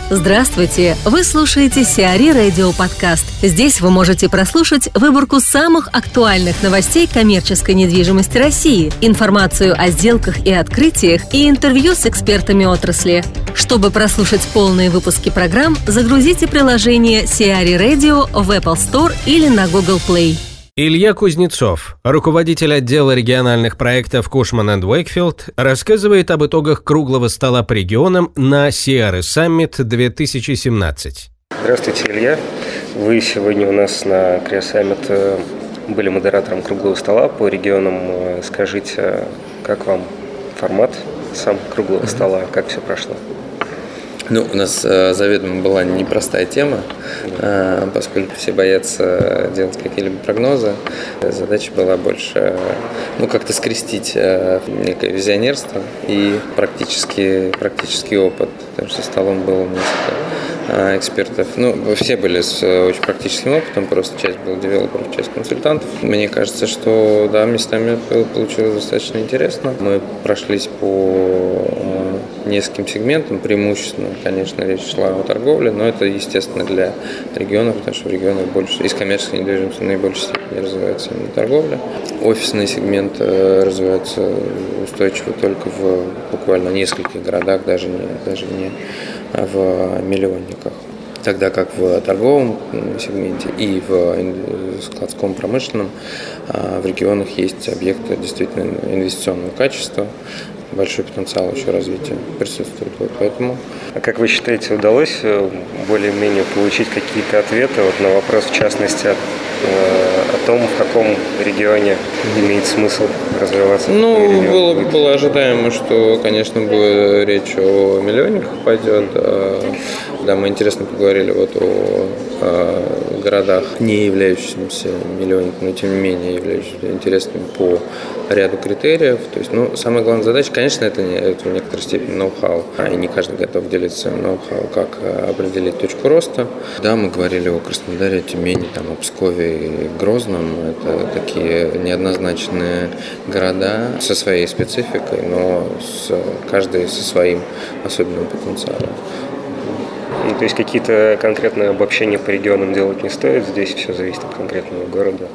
Здравствуйте! Вы слушаете Сиари Радио Подкаст. Здесь вы можете прослушать выборку самых актуальных новостей коммерческой недвижимости России, информацию о сделках и открытиях и интервью с экспертами отрасли. Чтобы прослушать полные выпуски программ, загрузите приложение Сиари Radio в Apple Store или на Google Play. Илья Кузнецов, руководитель отдела региональных проектов Cushman & Wakefield, рассказывает об итогах круглого стола по регионам на CRE Summit 2017. Здравствуйте, Илья. Вы сегодня у нас на CRE Summit были модератором круглого стола по регионам. Скажите, как вам формат сам круглого стола, как все прошло? У нас заведомо была непростая тема, поскольку все боятся делать какие-либо прогнозы. Задача была больше, как-то скрестить некое визионерство и практический опыт, потому что столом было несколько экспертов. Все были с очень практическим опытом, просто часть была девелоперов, часть консультантов. Мне кажется, что местами получилось достаточно интересно. Мы прошлись по нескольким сегментам, преимущественно, конечно, речь шла о торговле, но это, естественно, для регионов, потому что в регионах больше из коммерческой недвижимости в наибольшей степени развивается именно торговля. Офисный сегмент развивается устойчиво только в буквально нескольких городах, даже не в миллионниках. Тогда как в торговом сегменте и в складском промышленном в регионах есть объекты действительно инвестиционного качества, большой потенциал еще развития присутствует. Поэтому... А как вы считаете, удалось более-менее получить какие-то ответы на вопрос, в частности, о том, в каком регионе имеет смысл развиваться? Было ожидаемо, что, конечно, будет речь о миллионниках пойдет. Да, мы интересно поговорили о городах, не являющимся миллионниками, но тем не менее являющимися интересными по ряду критериев. То есть, самая главная задача, конечно, это в некоторой степени ноу-хау, и не каждый готов делиться ноу-хау, как определить точку роста. Да, мы говорили о Краснодаре, Тюмени, о Пскове и Грозном. Это такие неоднозначные города со своей спецификой, но каждый со своим особенным потенциалом. То есть какие-то конкретные обобщения по регионам делать не стоит, здесь все зависит от конкретного города?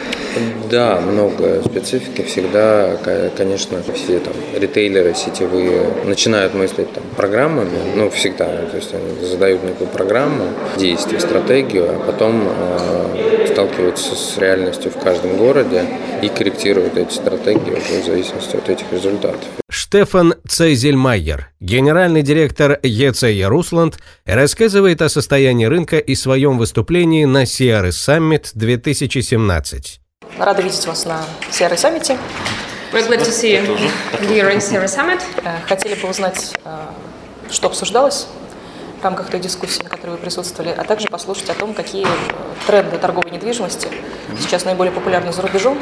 Да, много специфики. Всегда, конечно, все ритейлеры сетевые начинают мыслить программами, всегда. То есть они задают некую программу, действие, стратегию, а потом сталкиваются с реальностью в каждом городе и корректируют эти стратегии уже в зависимости от этих результатов. Штефан Цейзельмайер, генеральный директор ЕЦЕ «Русланд», рассказывает о состоянии рынка и своем выступлении на CRE Summit 2017. Рада видеть вас на CRE Summit. We're glad to see you here in CRE Summit. Хотели бы узнать, что обсуждалось в рамках той дискуссии, на которой вы присутствовали, а также послушать о том, какие тренды торговой недвижимости сейчас наиболее популярны за рубежом,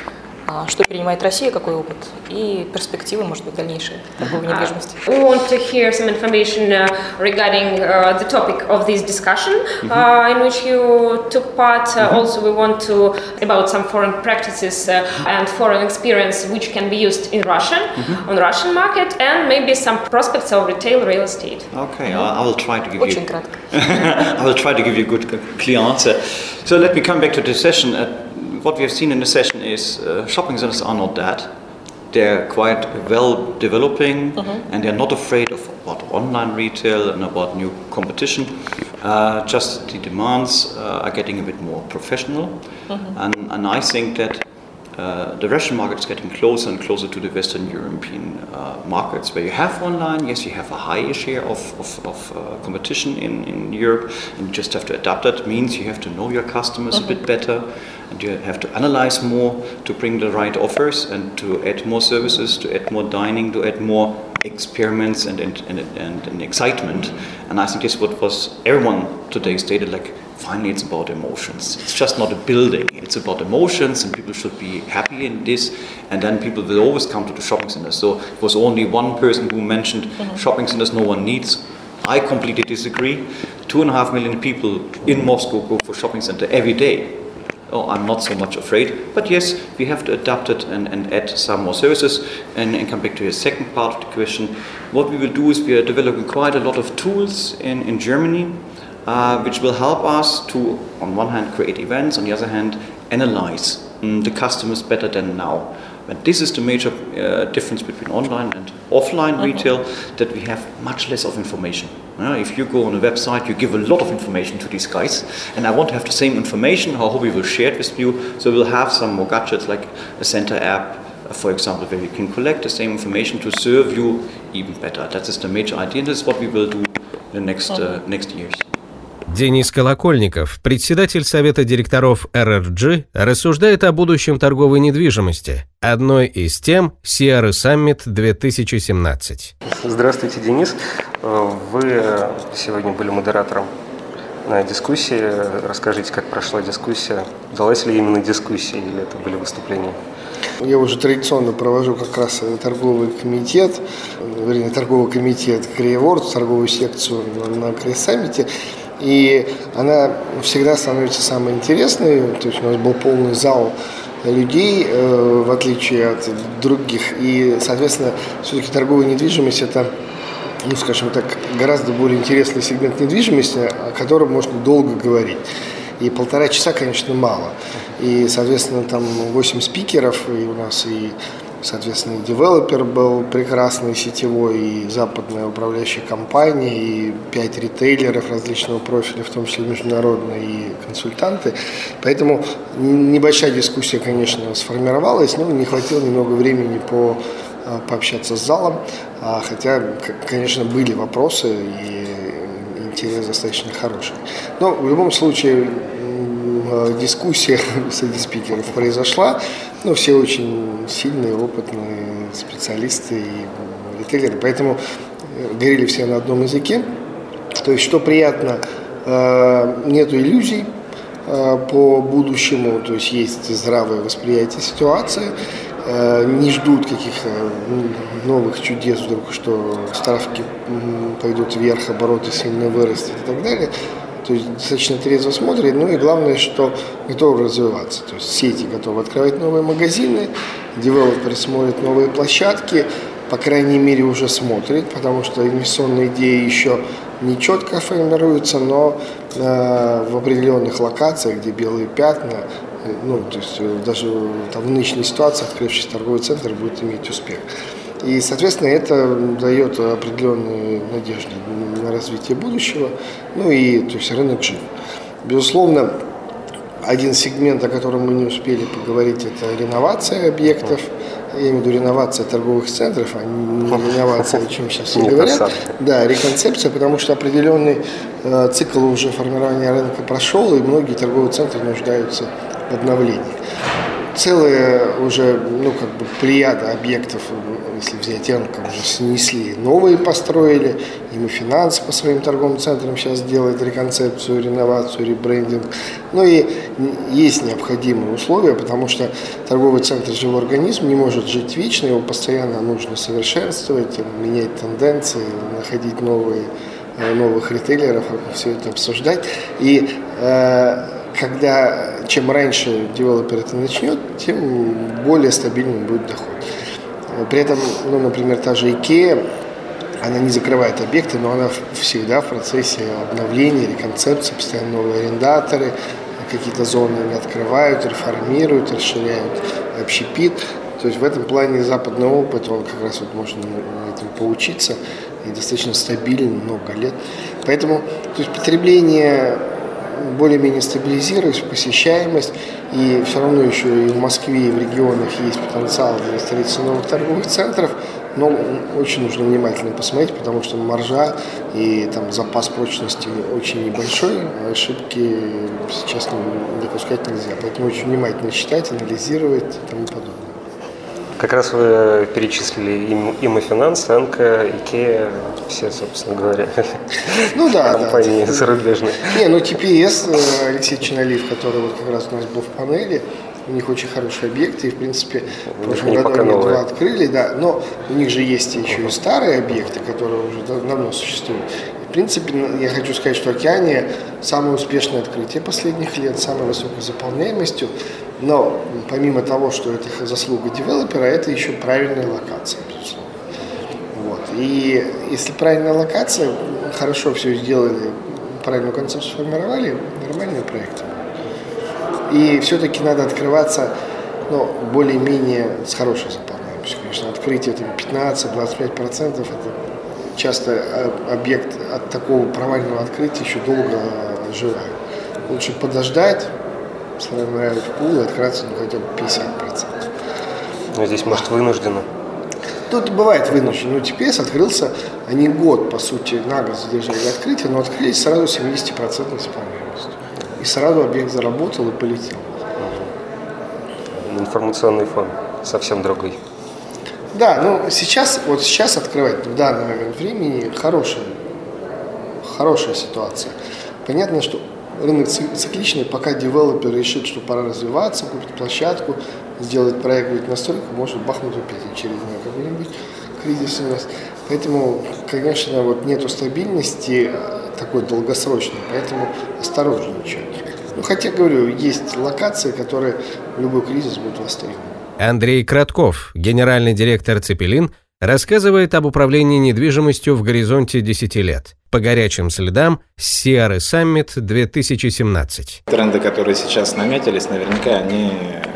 что перенимает Россия, какой опыт и перспективы, может быть, дальнейшей торговой недвижимости. We want to hear some information regarding the topic of this discussion in which you took part. Also, we want to about some foreign practices and foreign experience which can be used in Russian, on Russian market, and maybe some prospects of retail real estate. Okay, I will try to give you. Очень кратко. I will try to give you a good, clear answer. So let me come back to this session. What we have seen in the session is shopping centers are not dead. They're quite well developing and they're not afraid of about online retail and about new competition. Just the demands are getting a bit more professional. And I think that the Russian market is getting closer and closer to the Western European markets, where you have online. Yes, you have a higher share of competition in Europe, and you just have to adapt that. It means you have to know your customers a bit better, and you have to analyze more to bring the right offers and to add more services, to add more dining, to add more experiments and excitement. And I think this is what was everyone today stated, finally it's about emotions. It's just not a building, it's about emotions, and people should be happy in this, and then people will always come to the shopping centers. So it was only one person who mentioned shopping centers no one needs. I completely disagree. 2.5 million people in Moscow go for shopping center every day. oh, I'm not so much afraid. But yes, we have to adapt it and add some more services. And come back to your second part of the question. What we will do is we are developing quite a lot of tools in Germany, which will help us to, on one hand, create events, on the other hand, analyze the customers better than now. And this is the major difference between online and offline retail, that we have much less of information. If you go on a website, you give a lot of information to these guys, and I want to have the same information, how we will share it with you, so we'll have some more gadgets like a center app, for example, where you can collect the same information to serve you even better. That is the major idea, and this is what we will do in the next years. Денис Колокольников, председатель Совета директоров RRG, рассуждает о будущем торговой недвижимости. Одной из тем – CRE Summit 2017. Здравствуйте, Денис. Вы сегодня были модератором на дискуссии. Расскажите, как прошла дискуссия. Удалась ли именно дискуссия или это были выступления? Я уже традиционно провожу как раз торговый комитет Career Awards, торговую секцию на Career Summit. И она всегда становится самой интересной. То есть у нас был полный зал людей, в отличие от других. И, соответственно, все-таки торговая недвижимость – это, скажем так, гораздо более интересный сегмент недвижимости, о котором можно долго говорить. И 1,5 часа, конечно, мало. И, соответственно, там 8 спикеров, и у нас соответственно, и девелопер был прекрасный, сетевой, и западная управляющая компания, и 5 ритейлеров различного профиля, в том числе международные, и консультанты. Поэтому небольшая дискуссия, конечно, сформировалась, но не хватило немного времени пообщаться с залом, хотя, конечно, были вопросы, и интерес достаточно хороший. Но в любом случае дискуссия среди спикеров произошла. Все очень сильные, опытные специалисты и ритейлеры, поэтому говорили все на одном языке. То есть, что приятно, нету иллюзий по будущему, то есть есть здравое восприятие ситуации, не ждут каких-то новых чудес вдруг, что ставки пойдут вверх, обороты сильно вырастут и так далее. То есть достаточно трезво смотрит, и главное, что готовы развиваться. То есть сети готовы открывать новые магазины, девелоперы смотрят новые площадки, по крайней мере уже смотрят, потому что инвестиционные идеи еще не четко формируются, но в определенных локациях, где белые пятна, то есть даже там, в нынешней ситуации открывшийся торговый центр будет иметь успех. И, соответственно, это дает определенные надежды на развитие будущего, то есть рынок жив. Безусловно, один сегмент, о котором мы не успели поговорить, это реновация объектов, я имею в виду реновация торговых центров, а не реновация, о чем сейчас все говорят. Да, реконцепция, потому что определенный цикл уже формирования рынка прошел, и многие торговые центры нуждаются в обновлении. Целая уже, плеяда объектов, если взять Энка, уже снесли, новые построили. Имофинанс по своим торговым центрам сейчас делает реконцепцию, реновацию, ребрендинг. И есть необходимые условия, потому что торговый центр живой организм, не может жить вечно, его постоянно нужно совершенствовать, менять тенденции, находить новых ритейлеров, все это обсуждать. И чем раньше девелопер это начнет, тем более стабильным будет доход. При этом, например, та же IKEA, она не закрывает объекты, но она всегда в процессе обновления, реконцепции, постоянно новые арендаторы, какие-то зоны они открывают, реформируют, расширяют общепит. То есть в этом плане западный опыт, он как раз можно этим поучиться и достаточно стабилен много лет. Поэтому потребление более-менее стабилизировалась, посещаемость, и все равно еще и в Москве, и в регионах есть потенциал для строительства новых торговых центров, но очень нужно внимательно посмотреть, потому что маржа и запас прочности очень небольшой, а ошибки сейчас допускать нельзя, поэтому очень внимательно читать, анализировать и тому подобное. Как раз вы перечислили Имофинанс, Энка, IKEA, все, собственно говоря, компании зарубежные. TPS, Алексей Чиналиев, который как раз у нас был в панели, у них очень хорошие объекты, и, в принципе, в прошлом году они 2 открыли, но у них же есть еще и старые объекты, которые уже давно существуют. принципе, я хочу сказать, что Океания самое успешное открытие последних лет, с самой высокой заполняемостью. Но помимо того, что это заслуга девелопера, это еще правильная локация, безусловно. Вот. И если правильная локация, хорошо все сделали, правильную концепцию сформировали, нормальные проекты. И все-таки надо открываться более-менее с хорошей заполняемостью. Конечно, открытие 15-25% это часто объект от такого провального открытия еще долго оживает. Лучше подождать, сформировать пул и открыться хотя бы 50%. Но здесь, может, вынужденно. Тут бывает вынужденно. TPS открылся, они год, по сути, на год задержали открытие, но открылись сразу 70% заполняемостью. И сразу объект заработал и полетел. Информационный фон совсем другой. Да, сейчас открывать в данный момент времени хорошая ситуация. Понятно, что рынок цикличный, пока девелопер решит, что пора развиваться, купить площадку, сделать проект, будет настройку, может бахнуть опять очередной какой-нибудь кризис у нас. Поэтому, конечно, нету стабильности такой долгосрочной, поэтому осторожничать. Хотя, говорю, есть локации, которые в любой кризис будут востребованы. Андрей Кратков, генеральный директор «Цепелин», рассказывает об управлении недвижимостью в горизонте 10 лет. По горячим следам CRE Summit 2017. Тренды, которые сейчас наметились, наверняка они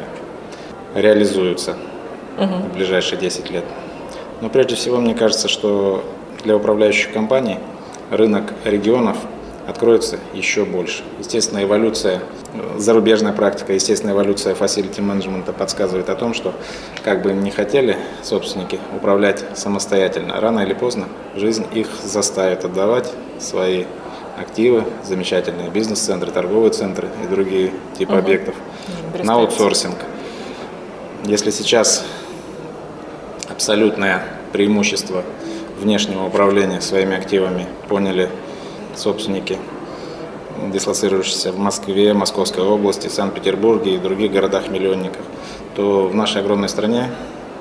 реализуются в ближайшие 10 лет. Но прежде всего, мне кажется, что для управляющих компаний рынок регионов откроется еще больше. Естественно, зарубежная практика, естественно, эволюция facility management подсказывает о том, что как бы им ни хотели собственники управлять самостоятельно, рано или поздно жизнь их заставит отдавать свои активы, замечательные бизнес-центры, торговые центры и другие типы объектов на аутсорсинг. Если сейчас абсолютное преимущество внешнего управления своими активами поняли собственники, дислоцирующиеся в Москве, Московской области, Санкт-Петербурге и других городах-миллионниках, то в нашей огромной стране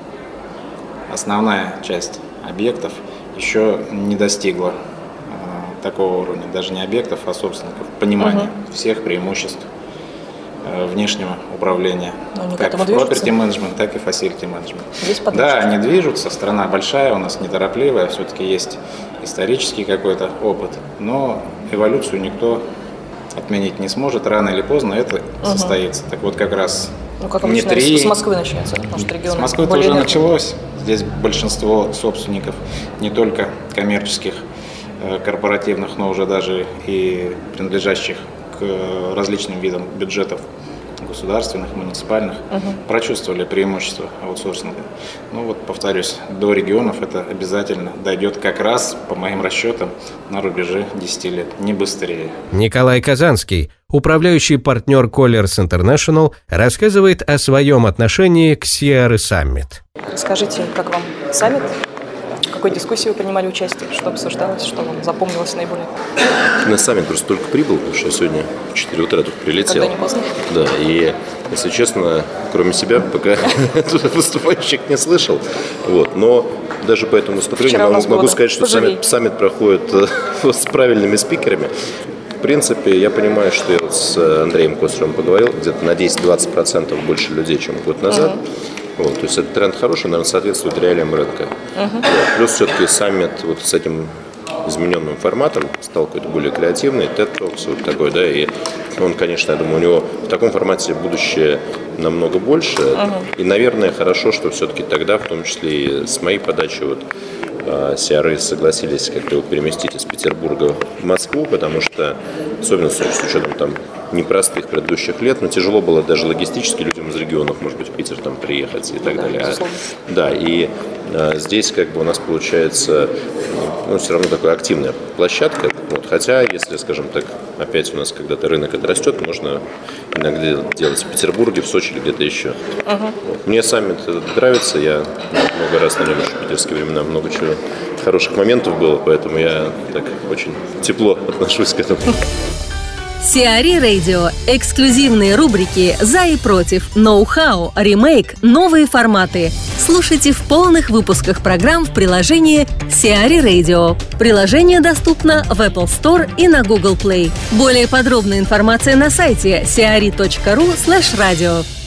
основная часть объектов еще не достигла такого уровня, даже не объектов, а собственников, понимания всех преимуществ внешнего управления, как в property management, так и facility management. Да, они движутся, страна большая, у нас неторопливая, все-таки есть исторический какой-то опыт, но эволюцию никто отменить не сможет, рано или поздно это состоится. Так вот как раз как обычно, с Москвы начнется, потому что регионы с Москвы уже началось, здесь большинство собственников, не только коммерческих, корпоративных, но уже даже и принадлежащих к различным видам бюджетов, государственных, муниципальных, прочувствовали преимущество аутсорсинга. Повторюсь, до регионов это обязательно дойдет как раз, по моим расчетам, на рубеже 10 лет, не быстрее. Николай Казанский, управляющий партнер Colliers International, рассказывает о своем отношении к CRE Summit. Расскажите, как вам саммит? В какой дискуссии вы принимали участие? Что обсуждалось? Что вам запомнилось наиболее? На саммит просто только прибыл, потому что я сегодня в 4 утра только прилетел. Когда не поздно? Да, и, если честно, кроме себя, пока выступающих не слышал. Но даже по этому выступлению могу сказать, что саммит проходит с правильными спикерами. В принципе, я понимаю, что я с Андреем Косаревым поговорил, где-то на 10-20% больше людей, чем год назад. То есть этот тренд хороший, наверное, соответствует реалиям рынка. Плюс все-таки саммит с этим измененным форматом стал какой-то более креативный, TED Talks такой, да, и он, конечно, я думаю, у него в таком формате будущее намного больше. И, наверное, хорошо, что все-таки тогда, в том числе и с моей подачи, CRE согласились как-то его переместить из Петербурга в Москву, потому что, особенно с учетом непростых предыдущих лет, но тяжело было даже логистически людям из регионов, может быть, в Питер приехать и так далее. Да, и здесь у нас получается все равно такая активная площадка. Хотя, если, скажем так, опять у нас когда-то рынок отрастет, можно иногда делать в Петербурге, в Сочи или где-то еще. Мне саммит нравится, я много раз на нем еще в питерские времена много чего хороших моментов было, поэтому я так очень тепло отношусь к этому. Сиари Radio. Эксклюзивные рубрики «За и против», «Ноу-хау», «Ремейк», «Новые форматы». Слушайте в полных выпусках программ в приложении Сиари Radio. Приложение доступно в Apple Store и на Google Play. Более подробная информация на сайте siari.ru/radio.